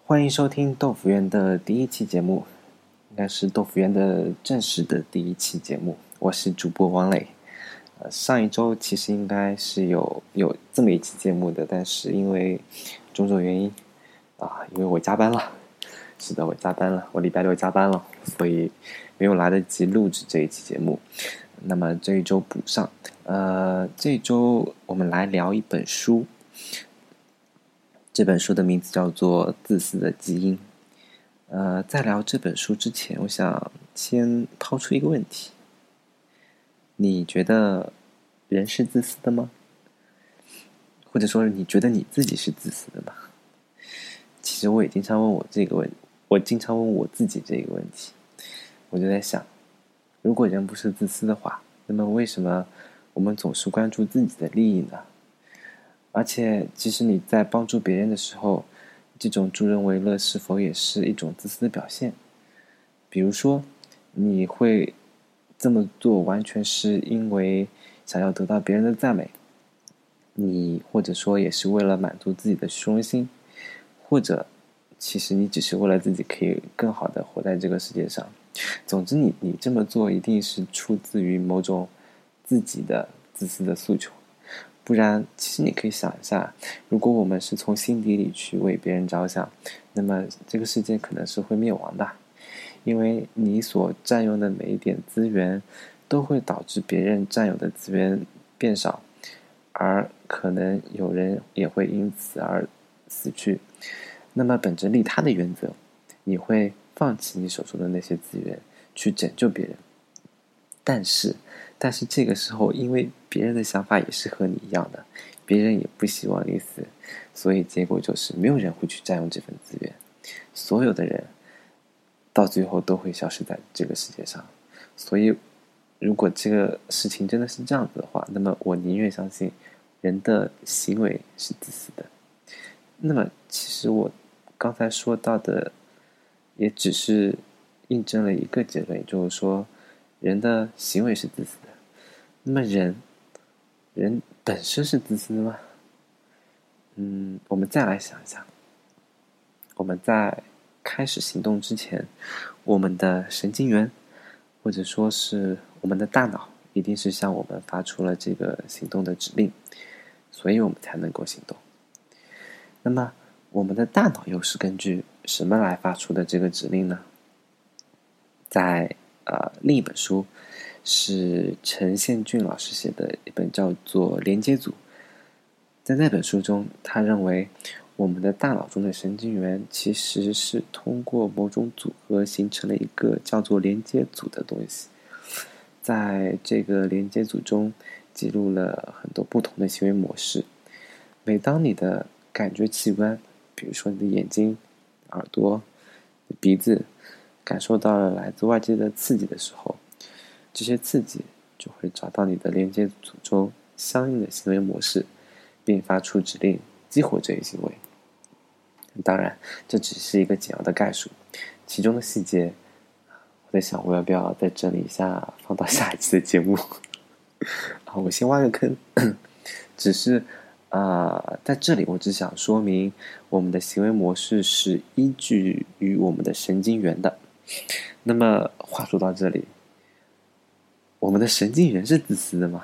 欢迎收听豆腐园的第一期节目，应该是豆腐园的正式的第一期节目。我是主播王磊。上一周其实应该是有这么一期节目的，但是因为种种原因因为我加班了。是的，我加班了，我礼拜六加班了，所以没有来得及录制这一期节目。那么这一周补上。这一周我们来聊一本书。这本书的名字叫做《自私的基因》。在聊这本书之前，我想先抛出一个问题：你觉得人是自私的吗？或者说，你觉得你自己是自私的吗？其实我也经常问我这个问，我经常问我自己这个问题。我就在想，如果人不是自私的话，那么为什么我们总是关注自己的利益呢？而且，其实你在帮助别人的时候，这种助人为乐是否也是一种自私的表现？比如说，你会这么做完全是因为想要得到别人的赞美，你或者说也是为了满足自己的虚荣心，或者其实你只是为了自己可以更好的活在这个世界上。总之你这么做一定是出自于某种自己的自私的诉求。不然，其实你可以想一下，如果我们是从心底里去为别人着想，那么这个世界可能是会灭亡的。因为你所占用的每一点资源，都会导致别人占有的资源变少，而可能有人也会因此而死去。那么本着利他的原则，你会放弃你手中的那些资源，去拯救别人。但是这个时候，因为别人的想法也是和你一样的，别人也不希望你死，所以结果就是没有人会去占用这份资源，所有的人到最后都会消失在这个世界上。所以如果这个事情真的是这样子的话，那么我宁愿相信人的行为是自私的。那么其实我刚才说到的也只是印证了一个结论，也就是说人的行为是自私的。那么人本身是自私的吗？我们再来想一想，我们在开始行动之前，我们的神经元或者说是我们的大脑一定是向我们发出了这个行动的指令，所以我们才能够行动。那么我们的大脑又是根据什么来发出的这个指令呢？在另一本书是陈宪俊老师写的一本叫做《连接组》。在那本书中，他认为我们的大脑中的神经元其实是通过某种组合形成了一个叫做连接组的东西。在这个连接组中记录了很多不同的行为模式。每当你的感觉器官，比如说你的眼睛、耳朵、鼻子感受到了来自外界的刺激的时候，这些刺激就会找到你的连接组中相应的行为模式，并发出指令激活这一行为。当然，这只是一个简要的概述，其中的细节，我在想我要不要再整理一下，放到下一期的节目。我先挖个坑，只是在这里我只想说明，我们的行为模式是依据于我们的神经元的。那么话说到这里，我们的神经元是自私的吗？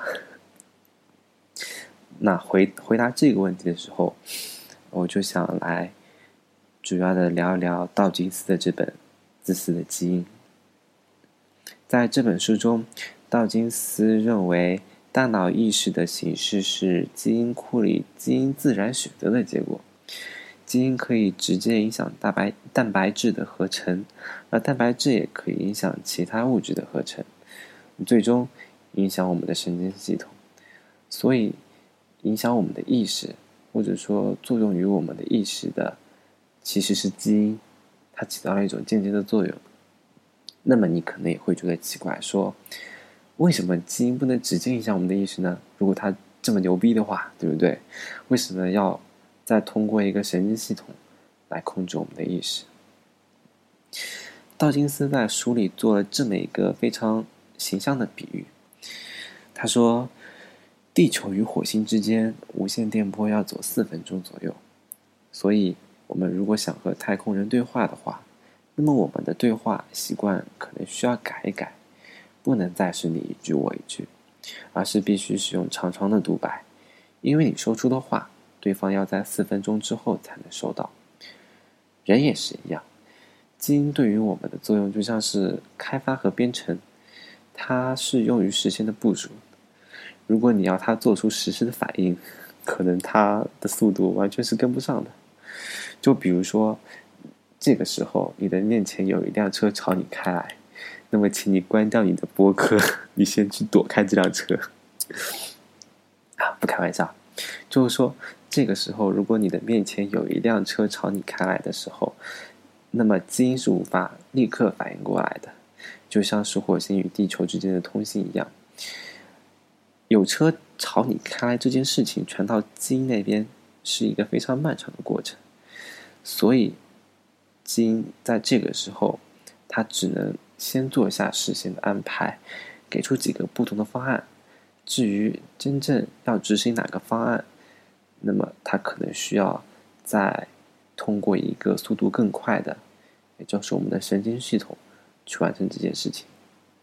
那回答这个问题的时候，我就想来主要的聊一聊道金斯的这本《自私的基因》。在这本书中，道金斯认为大脑意识的形式是基因库里基因自然选择的结果。基因可以直接影响蛋白质的合成，而蛋白质也可以影响其他物质的合成，最终影响我们的神经系统。所以影响我们的意识，或者说作用于我们的意识的，其实是基因，它起到了一种间接的作用。那么你可能也会觉得奇怪，说为什么基因不能直接影响我们的意识呢？如果它这么牛逼的话，对不对？为什么要再通过一个神经系统来控制我们的意识？道金斯在书里做了这么一个非常形象的比喻。他说，地球与火星之间无线电波要走4分钟左右，所以我们如果想和太空人对话的话，那么我们的对话习惯可能需要改一改，不能再是你一句我一句，而是必须使用长长的独白，因为你说出的话，对方要在4分钟之后才能收到。人也是一样，基因对于我们的作用就像是开发和编程，它是用于实现的部署。如果你要它做出实时的反应，可能它的速度完全是跟不上的。就比如说，这个时候你的面前有一辆车朝你开来，那么请你关掉你的播客，你先去躲开这辆车。不开玩笑，就是说这个时候如果你的面前有一辆车朝你开来的时候，那么基因是无法立刻反应过来的，就像是火星与地球之间的通信一样，有车朝你开来这件事情传到基因那边是一个非常漫长的过程，所以基因在这个时候它只能先做下事先的安排，给出几个不同的方案，至于真正要执行哪个方案，那么它可能需要再通过一个速度更快的，也就是我们的神经系统去完成这件事情。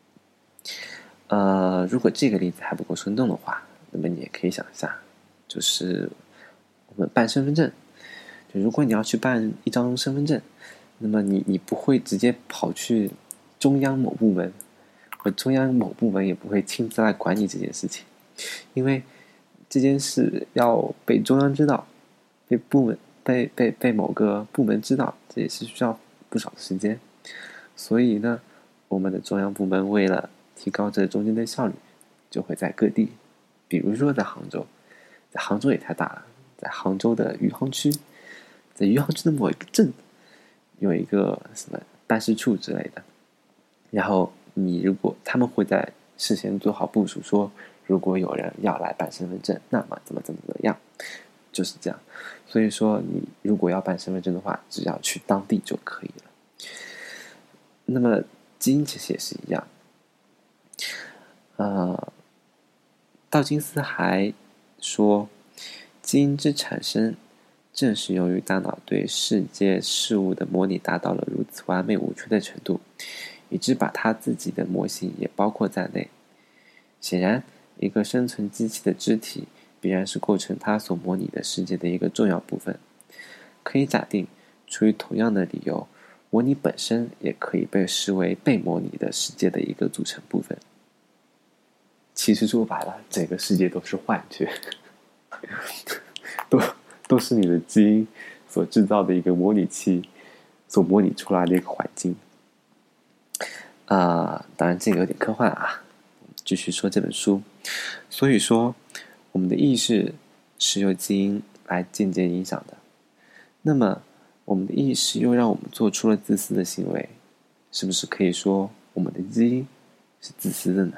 如果这个例子还不够生动的话，那么你也可以想一下，就是我们办身份证，就如果你要去办一张身份证，那么你不会直接跑去中央某部门，或中央某部门也不会亲自来管你这件事情，因为这件事要被中央知道，被某个部门知道，这也是需要不少的时间。所以呢，我们的中央部门为了提高这中间的效率，就会在各地，比如说在杭州，在杭州也太大了，在杭州的余杭区，在余杭区的某一个镇，有一个什么办事处之类的。然后如果他们会在事先做好部署，说如果有人要来办身份证，那么怎么样，就是这样。所以说，你如果要办身份证的话，只要去当地就可以了。那么基因其实也是一样。道金斯还说，基因之产生正是由于大脑对世界事物的模拟达到了如此完美无缺的程度，以致把他自己的模型也包括在内。显然，一个生存机器的肢体必然是构成它所模拟的世界的一个重要部分。可以假定，出于同样的理由，模拟本身也可以被视为被模拟的世界的一个组成部分。其实说白了，整个世界都是幻觉，都是你的基因所制造的一个模拟器所模拟出来的一个环境。当然这个有点科幻啊。继续说这本书。所以说，我们的意识是由基因来间接影响的。那么，我们的意识又让我们做出了自私的行为，是不是可以说我们的基因是自私的呢？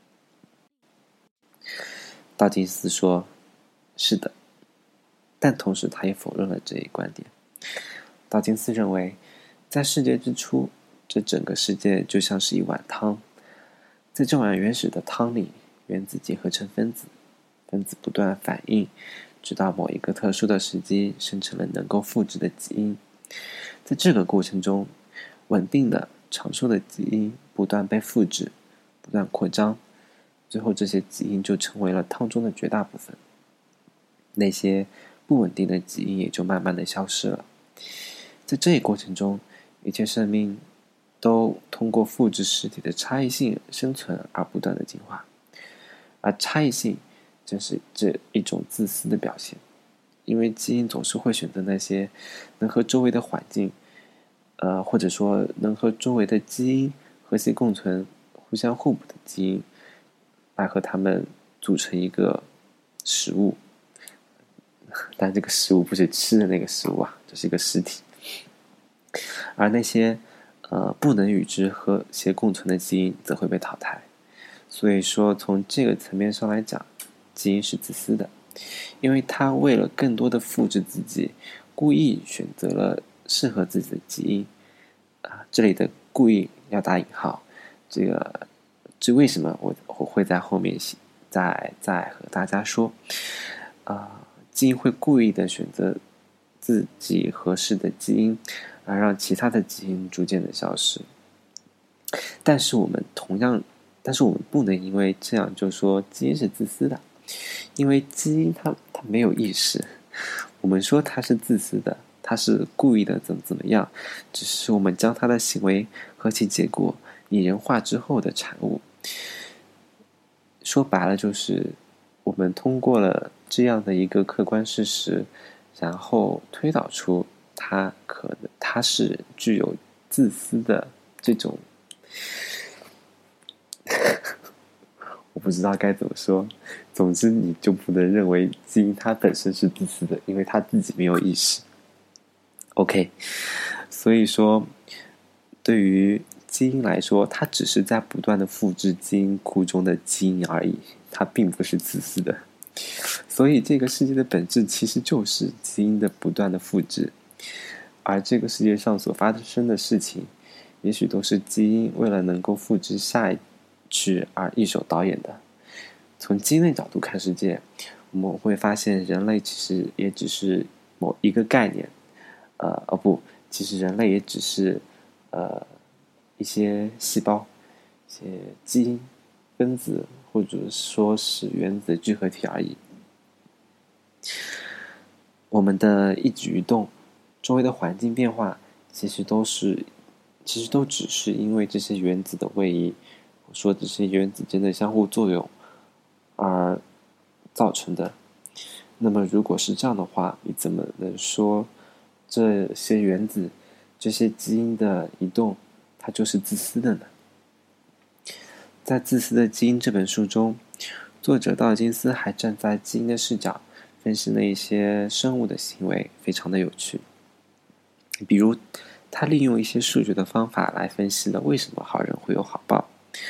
道金斯说，是的，但同时他也否认了这一观点。道金斯认为，在世界之初，这整个世界就像是一碗汤，在这碗原始的汤里，原子结合成分子，分子不断反应，直到某一个特殊的时机生成了能够复制的基因。在这个过程中，稳定的长寿的基因不断被复制，不断扩张，最后这些基因就成为了汤中的绝大部分。那些不稳定的基因也就慢慢的消失了。在这一过程中，一切生命都通过复制实体的差异性生存而不断的进化，而差异性正是这一种自私的表现，因为基因总是会选择那些能和周围的环境，或者说能和周围的基因和谐共存、互相互补的基因，来和它们组成一个食物。但这个食物不是吃的那个食物啊，这是一个实体。而那些不能与之和谐共存的基因则会被淘汰。所以说，从这个层面上来讲，基因是自私的，因为它为了更多的复制自己，故意选择了适合自己的基因。这里的故意要打引号，这为什么我会在后面再和大家说。基因会故意的选择自己合适的基因，而让其他的基因逐渐的消失。但是我们不能因为这样就说基因是自私的，因为基因它没有意识。我们说它是自私的，它是故意的怎么样，只是我们将它的行为和其结果拟人化之后的产物。说白了就是我们通过了这样的一个客观事实，然后推导出它是具有自私的这种我不知道该怎么说，总之你就不能认为基因它本身是自私的，因为它自己没有意识。OK， 所以说对于基因来说，它只是在不断的复制基因库中的基因而已，它并不是自私的。所以这个世界的本质其实就是基因的不断的复制，而这个世界上所发生的事情，也许都是基因为了能够复制下一去而一手导演的。从基因的角度看世界，我们会发现人类其实也只是某一个概念，其实人类也只是一些细胞、一些基因分子，或者说是原子聚合体而已。我们的一举一动，周围的环境变化，其实都只是因为这些原子的位移，我说这些原子间的相互作用而造成的。那么如果是这样的话，你怎么能说这些原子、这些基因的移动，它就是自私的呢？在《自私的基因》这本书中，作者道金斯还站在基因的视角分析了一些生物的行为，非常的有趣。比如，他利用一些数学的方法来分析了为什么好人会有好报。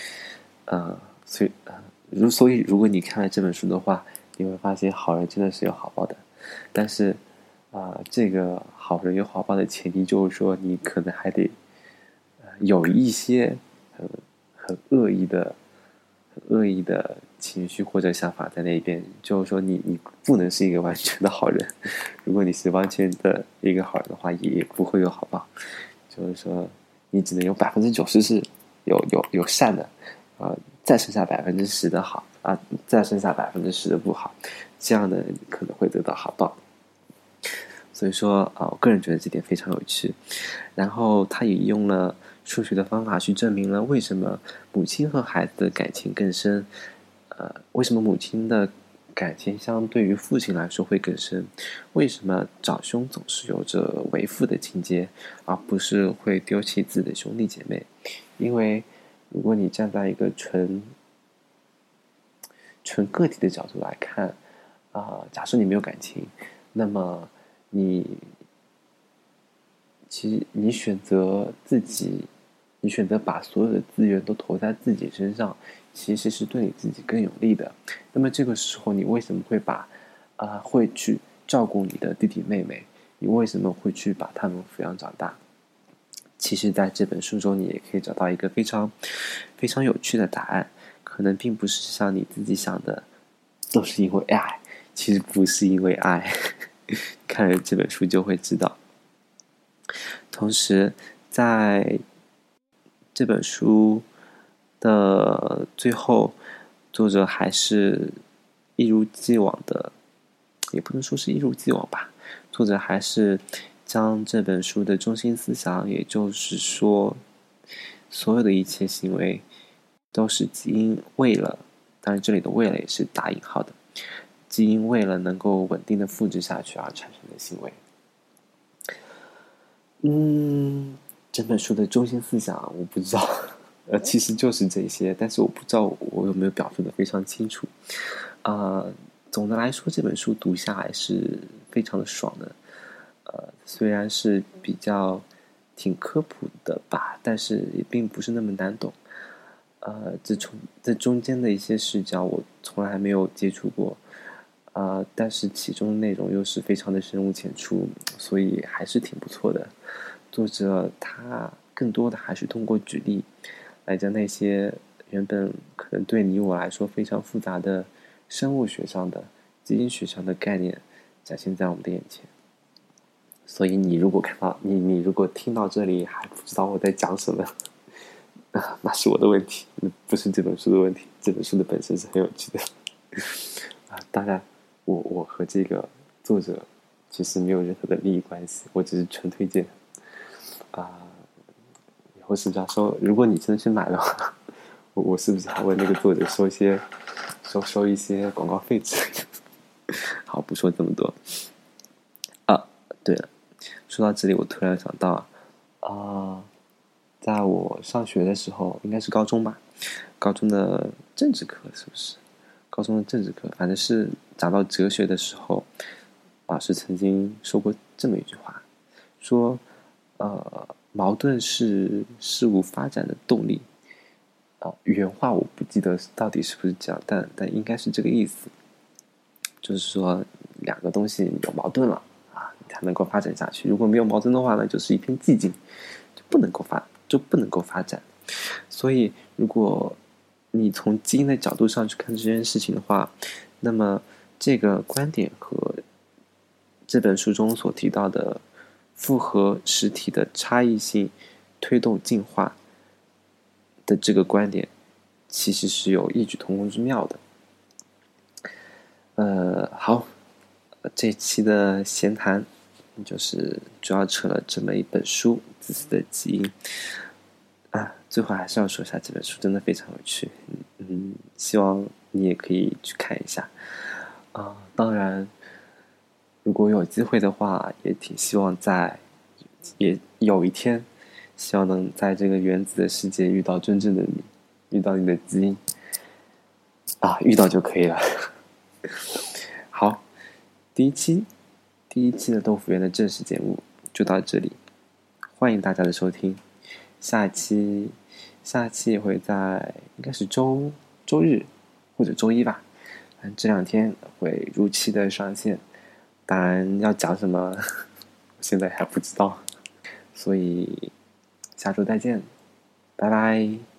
所以如果你看了这本书的话，你会发现好人真的是有好报的。但是，这个好人有好报的前提就是说，你可能还得有一些很恶意的情绪或者想法在那边，就是说你不能是一个完全的好人。如果你是完全的一个好人的话，也不会有好报。就是说，你只能有90%是有善的，再剩下10%的好啊，再剩下10%的不好，这样的你可能会得到好报。所以说我个人觉得这点非常有趣。然后他也用了数学的方法去证明了为什么母亲和孩子的感情更深，为什么母亲的感情相对于父亲来说会更深，为什么长兄总是有着为父的情节，而不是会丢弃自己的兄弟姐妹。因为如果你站在一个纯个体的角度来看，假设你没有感情，那么其实你选择把所有的资源都投在自己身上，其实是对你自己更有利的。那么这个时候，你为什么会去照顾你的弟弟妹妹？你为什么会去把他们抚养长大？其实，在这本书中，你也可以找到一个非常非常有趣的答案。可能并不是像你自己想的，都是因为爱。其实不是因为爱，看了这本书就会知道。同时，在这本书的最后，作者还是一如既往的，也不能说是一如既往吧，作者还是将这本书的中心思想，也就是说，所有的一切行为都是基因为了，当然这里的为了也是打引号的，基因为了能够稳定的复制下去而产生的行为。整本书的中心思想我不知道，其实就是这些，但是我不知道我有没有表述的非常清楚。总的来说，这本书读下来是非常的爽的。虽然是比较挺科普的吧，但是也并不是那么难懂。这中间的一些视角我从来没有接触过，但是其中的内容又是非常的深入浅出，所以还是挺不错的。作者他更多的还是通过举例来将那些原本可能对你我来说非常复杂的生物学上的、基因学上的概念展现在我们的眼前。 所以你如果看到你如果听到这里还不知道我在讲什么，那是我的问题，不是这本书的问题。这本书的本身是很有趣的当然我和这个作者其实没有任何的利益关系，我只是纯推荐以后是不是要收？如果你真的去买的话，我是不是还为那个作者收一些广告费之类的？好，不说这么多对了，说到这里，我突然想到在我上学的时候，应该是高中吧，高中的政治课是不是？高中的政治课，反正是讲到哲学的时候，老师曾经说过这么一句话，说矛盾是事物发展的动力原话我不记得到底是不是这样，但应该是这个意思，就是说两个东西有矛盾了才能够发展下去，如果没有矛盾的话呢，就是一片寂静，就不能够发展。所以如果你从基因的角度上去看这件事情的话，那么这个观点和这本书中所提到的复合实体的差异性推动进化的这个观点，其实是有异曲同工之妙的。好，这期的闲谈就是主要扯了这么一本书《自私的基因》最后还是要说一下，这本书真的非常有趣，希望你也可以去看一下当然，如果有机会的话，也挺希望也有一天，希望能在这个原子的世界遇到真正的你，遇到你的基因遇到就可以了。好，第一期的豆腐园的正式节目就到这里，欢迎大家的收听。下一期也会在应该是周日或者周一吧，这2天会如期的上线。当然要讲什么，现在还不知道，所以下周再见，拜拜。